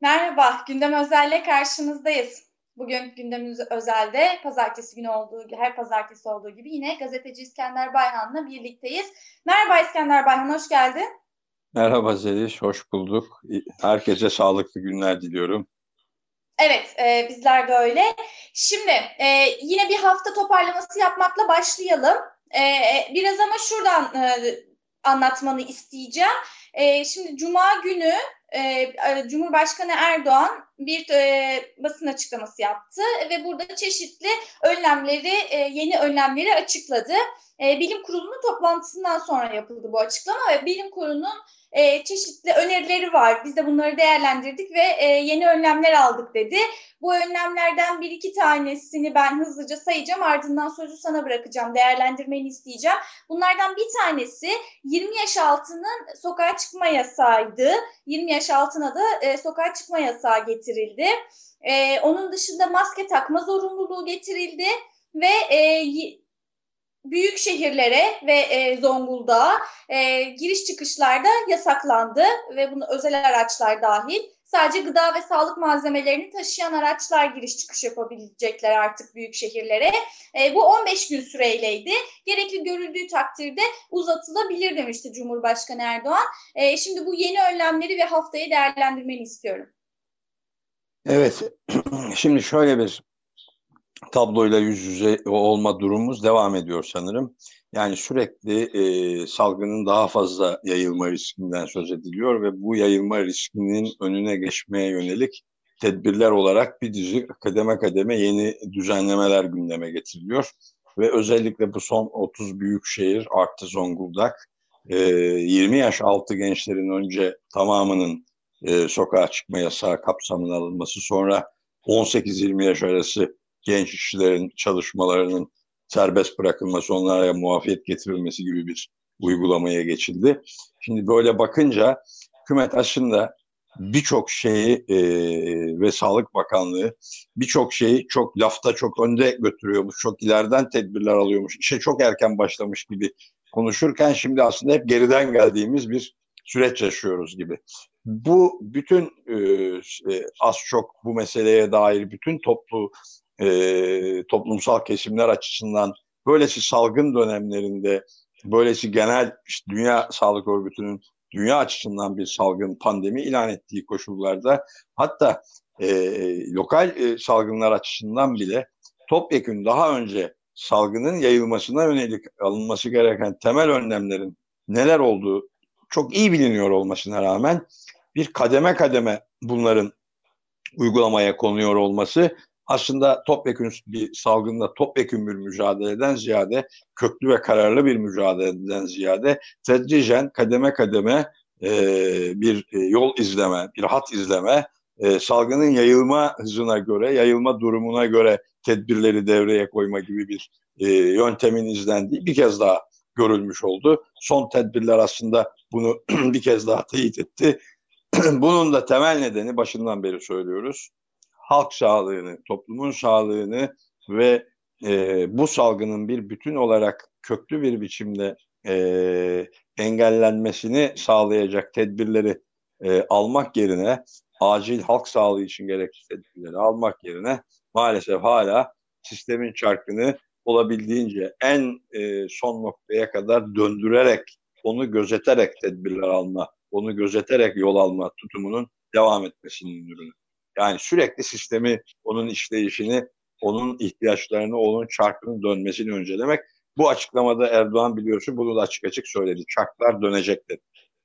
Merhaba, Gündem Özel'le karşınızdayız. Bugün Gündem Özel'de pazartesi günü her pazartesi olduğu gibi yine gazeteci İskender Bayhan'la birlikteyiz. Merhaba İskender Bayhan, hoş geldin. Merhaba Zeliş, hoş bulduk. Herkese sağlıklı günler diliyorum. Evet, bizler de öyle. Şimdi yine bir hafta toparlaması yapmakla başlayalım. Biraz ama şuradan anlatmanı isteyeceğim. Şimdi Cuma günü Cumhurbaşkanı Erdoğan bir basın açıklaması yaptı ve burada çeşitli yeni önlemleri açıkladı. Bilim Kurulu'nun toplantısından sonra yapıldı bu açıklama ve Bilim Kurulu'nun çeşitli önerileri var. Biz de bunları değerlendirdik ve yeni önlemler aldık dedi. Bu önlemlerden bir iki tanesini ben hızlıca sayacağım. Ardından sözü sana bırakacağım. Değerlendirmeni isteyeceğim. Bunlardan bir tanesi 20 yaş altının sokağa çıkma yasağıydı. 20 yaş altına da sokağa çıkma yasağı getirildi. Onun dışında maske takma zorunluluğu getirildi ve büyük şehirlere ve Zonguldak'a giriş çıkışlarda yasaklandı ve bunu özel araçlar dahil. Sadece gıda ve sağlık malzemelerini taşıyan araçlar giriş çıkış yapabilecekler artık büyük şehirlere. Bu 15 gün süreyleydi. Gerekli görüldüğü takdirde uzatılabilir demişti Cumhurbaşkanı Erdoğan. Şimdi bu yeni önlemleri ve haftayı değerlendirmeni istiyorum. Evet, şimdi şöyle bir tabloyla yüz yüze olma durumumuz devam ediyor sanırım. Yani sürekli salgının daha fazla yayılma riskinden söz ediliyor ve bu yayılma riskinin önüne geçmeye yönelik tedbirler olarak bir dizi kademe kademe yeni düzenlemeler gündeme getiriliyor. Ve özellikle bu son 30 büyük şehir artı Zonguldak, 20 yaş altı gençlerin önce tamamının sokağa çıkma yasağı kapsamına alınması, sonra 18-20 yaş arası genç işçilerin çalışmalarının serbest bırakılması, onlara muafiyet getirilmesi gibi bir uygulamaya geçildi. Şimdi böyle bakınca hükümet aslında birçok şeyi ve Sağlık Bakanlığı birçok şeyi çok lafta çok önde götürüyormuş, çok ileriden tedbirler alıyormuş, işe çok erken başlamış gibi konuşurken şimdi aslında hep geriden geldiğimiz bir süreç yaşıyoruz gibi. Bu bütün az çok bu meseleye dair bütün toplumsal kesimler açısından böylesi salgın dönemlerinde, böylesi genel işte Dünya Sağlık Örgütü'nün dünya açısından bir salgın pandemi ilan ettiği koşullarda, hatta lokal salgınlar açısından bile topyekün daha önce salgının yayılmasına yönelik alınması gereken temel önlemlerin neler olduğu çok iyi biliniyor olmasına rağmen bir kademe kademe bunların uygulamaya konuyor olması aslında topyekün bir salgında topyekün bir mücadeleden ziyade, köklü ve kararlı bir mücadeleden ziyade tedricen kademe kademe bir yol izleme, bir hat izleme, salgının yayılma hızına göre, yayılma durumuna göre tedbirleri devreye koyma gibi bir yöntemin izlendiği bir kez daha görülmüş oldu. Son tedbirler aslında bunu bir kez daha teyit etti. Bunun da temel nedeni başından beri söylüyoruz. Halk sağlığını, toplumun sağlığını ve bu salgının bir bütün olarak köklü bir biçimde engellenmesini sağlayacak tedbirleri almak yerine, acil halk sağlığı için gerekli tedbirleri almak yerine maalesef hala sistemin çarkını olabildiğince en son noktaya kadar döndürerek, onu gözeterek tedbirler alma, onu gözeterek yol alma tutumunun devam etmesinin ürünü. Yani sürekli sistemi, onun işleyişini, onun ihtiyaçlarını, onun çarkının dönmesini öncelemek. Bu açıklamada Erdoğan biliyorsun bunu da açık açık söyledi. Çarklar dönecek dedi.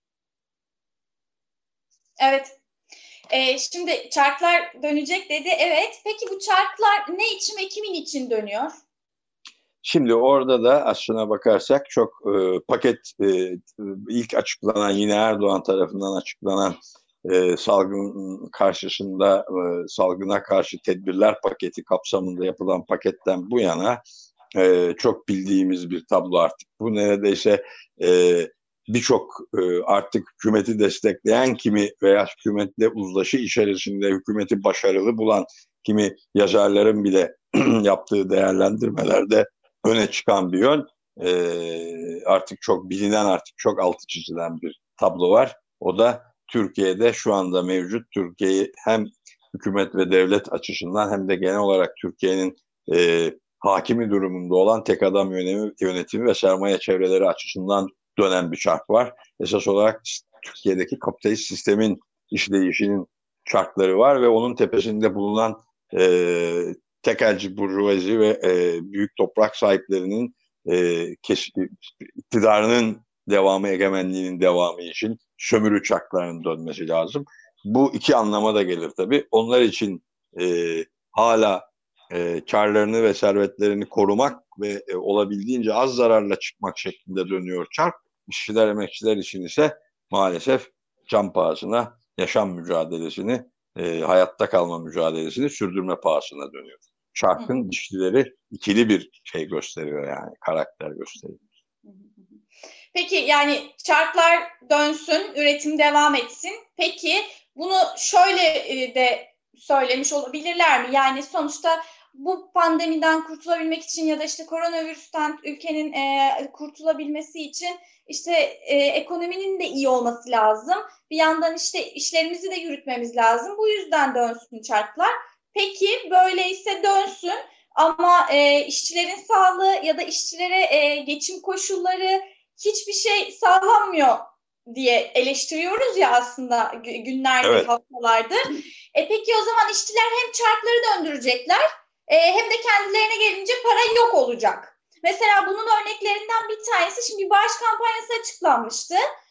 Evet. Şimdi çarklar dönecek dedi. Evet. Peki bu çarklar ne için ve kimin için dönüyor? Şimdi orada da aslına bakarsak çok paket ilk açıklanan, yine Erdoğan tarafından açıklanan salgın karşısında salgına karşı tedbirler paketi kapsamında yapılan paketten bu yana çok bildiğimiz bir tablo artık. Bu neredeyse e, birçok artık hükümeti destekleyen kimi veya hükümetle uzlaşı içerisinde hükümeti başarılı bulan kimi yazarların bile yaptığı değerlendirmelerde öne çıkan bir yön. Artık çok bilinen, artık çok altı çizilen bir tablo var. O da Türkiye'de şu anda mevcut. Türkiye'yi hem hükümet ve devlet açısından hem de genel olarak Türkiye'nin hakimi durumunda olan tek adam yönetimi ve sermaye çevreleri açısından dönen bir çark var. Esas olarak Türkiye'deki kapitalist sistemin işleyişinin çarkları var ve onun tepesinde bulunan tekelci burjuvazi ve büyük toprak sahiplerinin iktidarının devamı, egemenliğinin devamı için sömürü çarklarının dönmesi lazım. Bu iki anlama da gelir tabii. Onlar için hala karlarını ve servetlerini korumak ve olabildiğince az zararla çıkmak şeklinde dönüyor çark. İşçiler, emekçiler için ise maalesef can pahasına yaşam mücadelesini, hayatta kalma mücadelesini sürdürme pahasına dönüyor. Çarkın dişlileri ikili bir şey gösteriyor, yani karakter gösteriyor. Peki yani çarklar dönsün, üretim devam etsin. Peki bunu şöyle de söylemiş olabilirler mi? Yani sonuçta bu pandemiden kurtulabilmek için ya da işte koronavirüsten ülkenin kurtulabilmesi için işte ekonominin de iyi olması lazım. Bir yandan işte işlerimizi de yürütmemiz lazım. Bu yüzden dönsün çarklar. Peki böyleyse dönsün ama işçilerin sağlığı ya da işçilere geçim koşulları hiçbir şey sağlanmıyor diye eleştiriyoruz ya aslında günlerdir, evet, haftalardır. Peki o zaman işçiler hem çarkları döndürecekler hem de kendilerine gelince para yok olacak. Mesela bunun örneklerinden bir tanesi, şimdi bir bağış kampanyası açıklanmıştı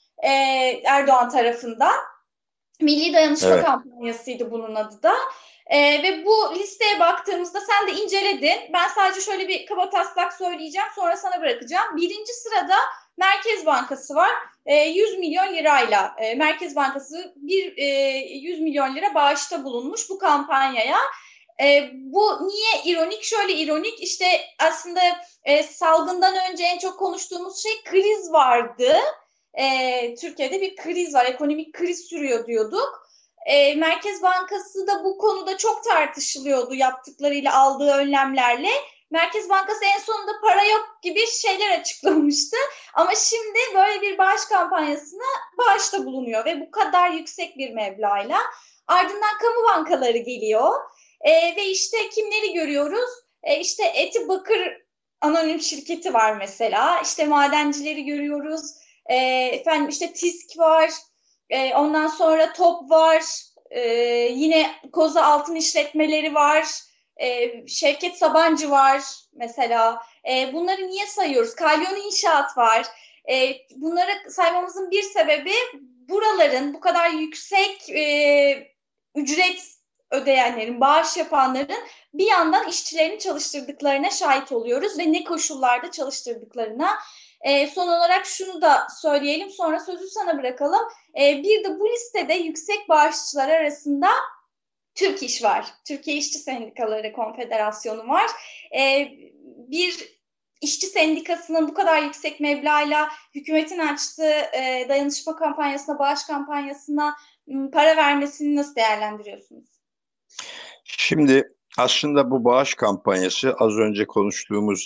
Erdoğan tarafından. Milli Dayanışma Kampanyasıydı bunun adı da. Ve bu listeye baktığımızda sen de inceledin. Ben sadece şöyle bir kabataslak söyleyeceğim, sonra sana bırakacağım. Birinci sırada Merkez Bankası var. 100 milyon lirayla Merkez Bankası 100 milyon lira bağışta bulunmuş bu kampanyaya. Bu niye ironik? Şöyle ironik, işte aslında salgından önce en çok konuştuğumuz şey kriz vardı. Türkiye'de bir kriz var, ekonomik kriz sürüyor diyorduk. Merkez Bankası da bu konuda çok tartışılıyordu yaptıklarıyla, aldığı önlemlerle. Merkez Bankası en sonunda para yok gibi şeyler açıklamıştı. Ama şimdi böyle bir bağış kampanyasına bağışta bulunuyor ve bu kadar yüksek bir meblağla. Ardından kamu bankaları geliyor ve işte kimleri görüyoruz? İşte Eti Bakır Anonim Şirketi var mesela. İşte madencileri görüyoruz. Efendim işte TİSK var. Ondan sonra TOP var. Yine Koza Altın İşletmeleri var. Şevket Sabancı var mesela. Bunları niye sayıyoruz? Kalyon İnşaat var. Bunları saymamızın bir sebebi buraların bu kadar yüksek ücret ödeyenlerin, bağış yapanların bir yandan işçilerini çalıştırdıklarına şahit oluyoruz ve ne koşullarda çalıştırdıklarına. Son olarak şunu da söyleyelim, sonra sözü sana bırakalım. Bir de bu listede yüksek bağışçılar arasında Türk İş var. Türkiye İşçi Sendikaları Konfederasyonu var. Bir işçi sendikasının bu kadar yüksek meblağla hükümetin açtığı dayanışma kampanyasına, bağış kampanyasına para vermesini nasıl değerlendiriyorsunuz? Şimdi aslında bu bağış kampanyası az önce konuştuğumuz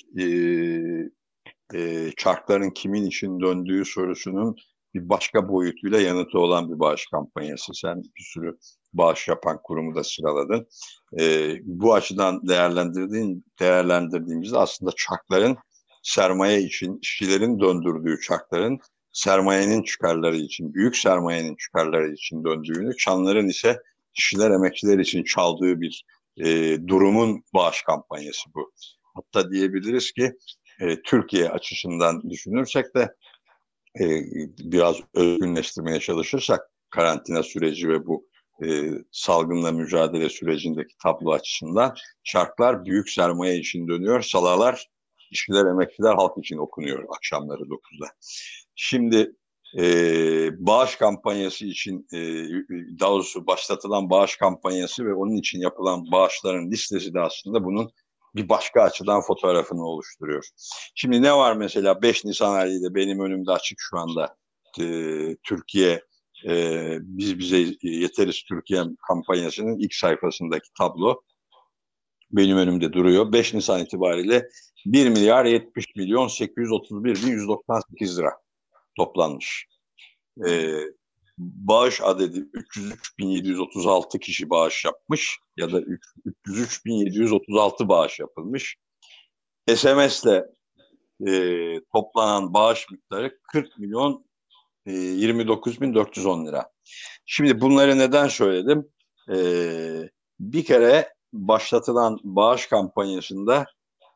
çarkların kimin için döndüğü sorusunun bir başka boyutuyla yanıtı olan bir bağış kampanyası. Sen bir sürü bağış yapan kurumu da sıraladın. Bu açıdan değerlendirdiğimizde aslında çarkların sermaye için, işçilerin döndürdüğü çarkların sermayenin çıkarları için, büyük sermayenin çıkarları için döndüğünü, çanların ise işçiler, emekçiler için çaldığı bir durumun bağış kampanyası bu. Hatta diyebiliriz ki Türkiye açısından düşünürsek de biraz özgünleştirmeye çalışırsak karantina süreci ve bu salgınla mücadele sürecindeki tablo açısından çarklar büyük sermaye için dönüyor, salalar işçiler, emekçiler, halk için okunuyor akşamları 9'da. Şimdi bağış kampanyası için daha doğrusu başlatılan bağış kampanyası ve onun için yapılan bağışların listesi de aslında bunun bir başka açıdan fotoğrafını oluşturuyor. Şimdi ne var mesela 5 Nisan haliyle benim önümde açık şu anda Türkiye biz bize yeteriz Türkiye kampanyasının ilk sayfasındaki tablo benim önümde duruyor. 5 Nisan itibariyle 1 milyar 70 milyon 831 bin 198 lira toplanmış. bağış adedi 303.736 kişi bağış yapmış ya da 303.736 bağış yapılmış. SMS'le toplanan bağış miktarı 40 milyon 29.410 lira. Şimdi bunları neden söyledim? Bir kere başlatılan bağış kampanyasında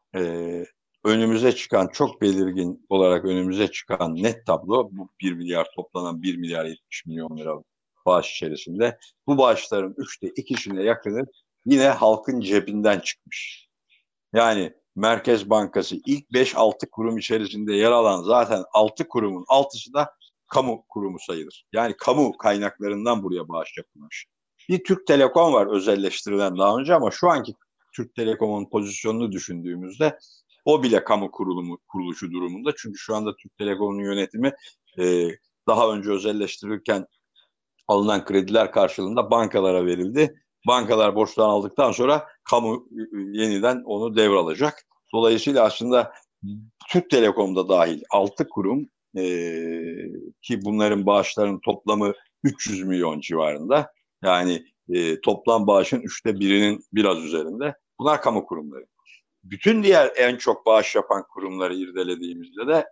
önümüze çıkan, çok belirgin olarak önümüze çıkan net tablo, bu 1 milyar toplanan 1 milyar 70 milyon lira bağış içerisinde, bu bağışların 2/3'üne yakını yine halkın cebinden çıkmış. Yani Merkez Bankası ilk 5-6 kurum içerisinde yer alan zaten 6 kurumun 6'sı da kamu kurumu sayılır. Yani kamu kaynaklarından buraya bağış yapılmış. Bir Türk Telekom var özelleştirilen daha önce, ama şu anki Türk Telekom'un pozisyonunu düşündüğümüzde o bile kamu kuruluşu durumunda. Çünkü şu anda Türk Telekom'un yönetimi daha önce özelleştirilirken alınan krediler karşılığında bankalara verildi. Bankalar borçtan aldıktan sonra kamu yeniden onu devralacak. Dolayısıyla aslında Türk Telekom'da dahil 6 kurum ki bunların bağışlarının toplamı 300 milyon civarında. Yani toplam bağışın 1/3'inin biraz üzerinde. Bunlar kamu kurumları. Bütün diğer en çok bağış yapan kurumları irdelediğimizde de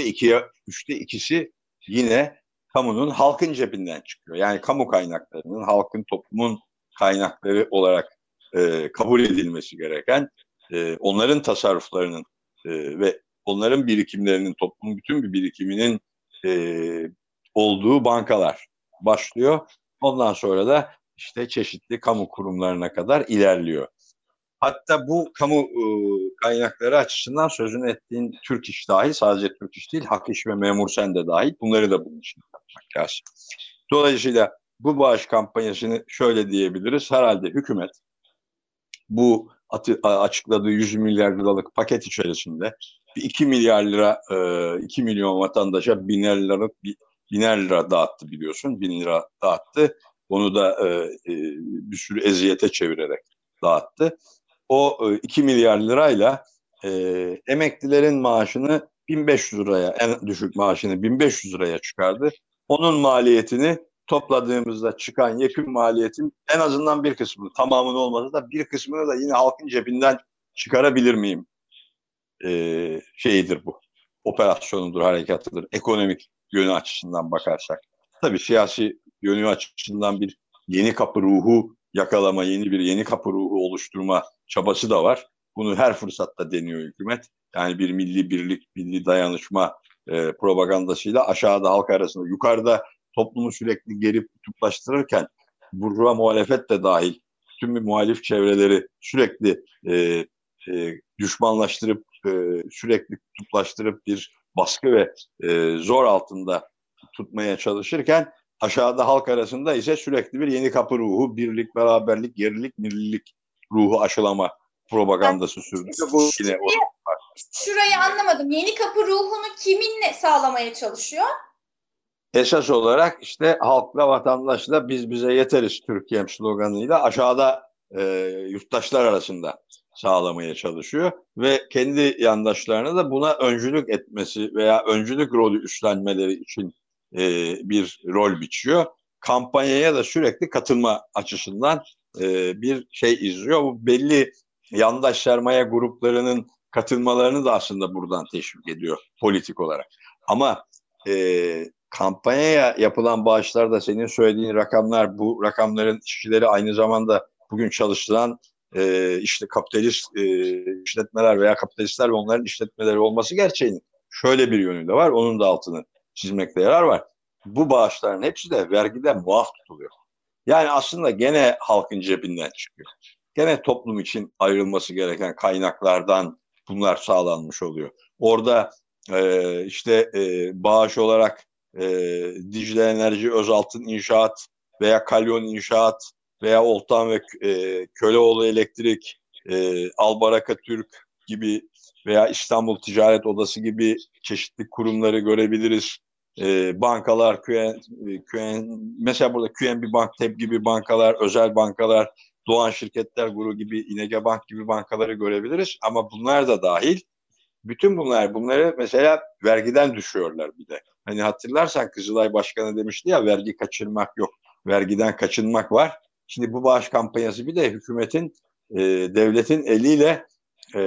2/3'ü yine kamunun, halkın cebinden çıkıyor. Yani kamu kaynaklarının, halkın, toplumun kaynakları olarak kabul edilmesi gereken, onların tasarruflarının ve onların birikimlerinin, toplumun bütün bir birikiminin olduğu bankalar başlıyor. Ondan sonra da işte çeşitli kamu kurumlarına kadar ilerliyor. Hatta bu kamu kaynakları açısından sözünü ettiğin Türk İş dahil, sadece Türk İş değil, Hak İş ve Memur Sen de dahil, bunları da bunun için yapmak lazım. Dolayısıyla bu bağış kampanyasını şöyle diyebiliriz. Herhalde hükümet bu açıkladığı 100 milyar liralık paket içerisinde 2 milyar lira, 2 milyon vatandaşa biner lira dağıttı biliyorsun. 1.000 lira dağıttı. Onu da bir sürü eziyete çevirerek dağıttı. O 2 milyar lirayla emeklilerin maaşını 1.500 liraya, en düşük maaşını 1.500 liraya çıkardı. Onun maliyetini topladığımızda çıkan yekün maliyetin en azından bir kısmını, tamamını olmasa da bir kısmını da yine halkın cebinden çıkarabilir miyim? Şeyidir bu. Operasyonudur, harekatıdır. Ekonomik yönü açısından bakarsak. Tabii siyasi yönü açısından bir yeni kapı ruhu yakalama, yeni kapı ruhu oluşturma çabası da var. Bunu her fırsatta deniyor hükümet. Yani bir milli birlik, milli dayanışma propagandasıyla aşağıda halk arasında, yukarıda toplumu sürekli gerip kutuplaştırırken burjuva muhalefet de dahil tüm bir muhalif çevreleri sürekli düşmanlaştırıp sürekli kutuplaştırıp bir baskı ve zor altında tutmaya çalışırken aşağıda halk arasında ise sürekli bir yeni kapı ruhu, birlik, beraberlik, yerlilik, millilik ruhu aşılama propagandası sürdürüyor. Bu yine şurayı anlamadım. Yeni kapı ruhunu kiminle sağlamaya çalışıyor? Esas olarak işte halkla, vatandaşla biz bize yeteriz Türkiye'm sloganıyla aşağıda yurttaşlar arasında sağlamaya çalışıyor ve kendi yandaşlarına da buna öncülük etmesi veya öncülük rolü üstlenmeleri için bir rol biçiyor. Kampanyaya da sürekli katılma açısından bir şey izliyor. Bu belli yandaş sermaye gruplarının katılmalarını da aslında buradan teşvik ediyor politik olarak. Ama kampanyaya yapılan bağışlarda senin söylediğin rakamlar, bu rakamların işçileri aynı zamanda bugün çalıştıran işte kapitalist işletmeler veya kapitalistler ve onların işletmeleri olması gerçeğinin şöyle bir yönü de var. Onun da altını çizmekte yarar var. Bu bağışların hepsi de vergiden muaf tutuluyor. Yani aslında gene halkın cebinden çıkıyor. Gene toplum için ayrılması gereken kaynaklardan bunlar sağlanmış oluyor. Orada işte bağış olarak Dicle Enerji, Özaltın İnşaat veya Kalyon İnşaat veya Oltan ve Köleoğlu Elektrik, Albaraka Türk gibi veya İstanbul Ticaret Odası gibi çeşitli kurumları görebiliriz. Bankalar, mesela burada QNB Bank, TEB gibi bankalar, özel bankalar, Doğan Şirketler Grubu gibi, İnege Bank gibi bankaları görebiliriz. Ama bunlar da dahil Bütün bunları mesela vergiden düşüyorlar bir de. Hani hatırlarsan Kızılay Başkanı demişti ya, vergi kaçırmak yok, vergiden kaçınmak var. Şimdi bu bağış kampanyası bir de hükümetin, devletin eliyle e,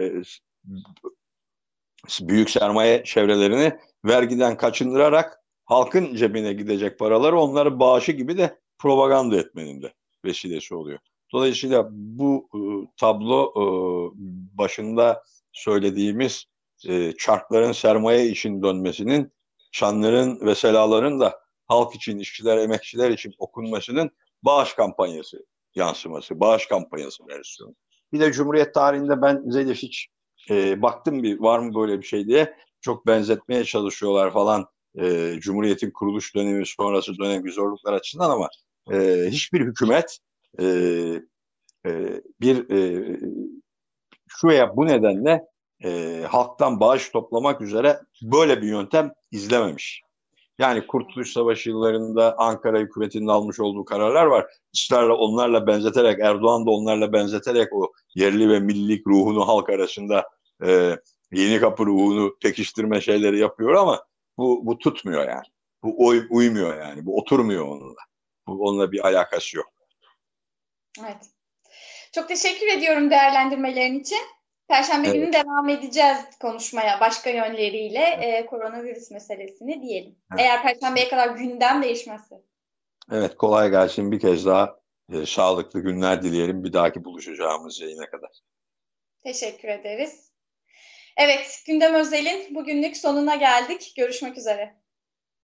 büyük sermaye çevrelerini vergiden kaçındırarak halkın cebine gidecek paraları onları bağışı gibi de propaganda etmenin de vesilesi oluyor. Dolayısıyla bu tablo, başında söylediğimiz çarkların sermaye için dönmesinin, şanların ve selaların da halk için, işçiler, emekçiler için okunmasının bağış kampanyası yansıması, bağış kampanyası versiyonu. Bir de Cumhuriyet tarihinde ben Zelif hiç baktım bir var mı böyle bir şey diye, çok benzetmeye çalışıyorlar falan, Cumhuriyet'in kuruluş dönemi sonrası dönem zorluklar açısından, ama hiçbir hükümet e, bir şu veya bu nedenle halktan bağış toplamak üzere böyle bir yöntem izlememiş. Yani Kurtuluş Savaşı yıllarında Ankara hükümetinin almış olduğu kararlar var. İşlerle onlarla benzeterek, Erdoğan da onlarla benzeterek o yerli ve millilik ruhunu halk arasında, e, yeni kapı ruhunu pekiştirme şeyleri yapıyor, ama bu tutmuyor yani. Bu uymuyor yani. Bu oturmuyor onunla. Bu onunla bir alakası yok. Evet. Çok teşekkür ediyorum değerlendirmelerin için. Perşembe Evet. günü devam edeceğiz konuşmaya başka yönleriyle koronavirüs meselesini diyelim. Evet. Eğer Perşembeye kadar gündem değişmezse. Evet, kolay gelsin bir kez daha. Sağlıklı günler dileyelim bir dahaki buluşacağımız yayına kadar. Teşekkür ederiz. Evet, Gündem Özel'in bugünlük sonuna geldik. Görüşmek üzere.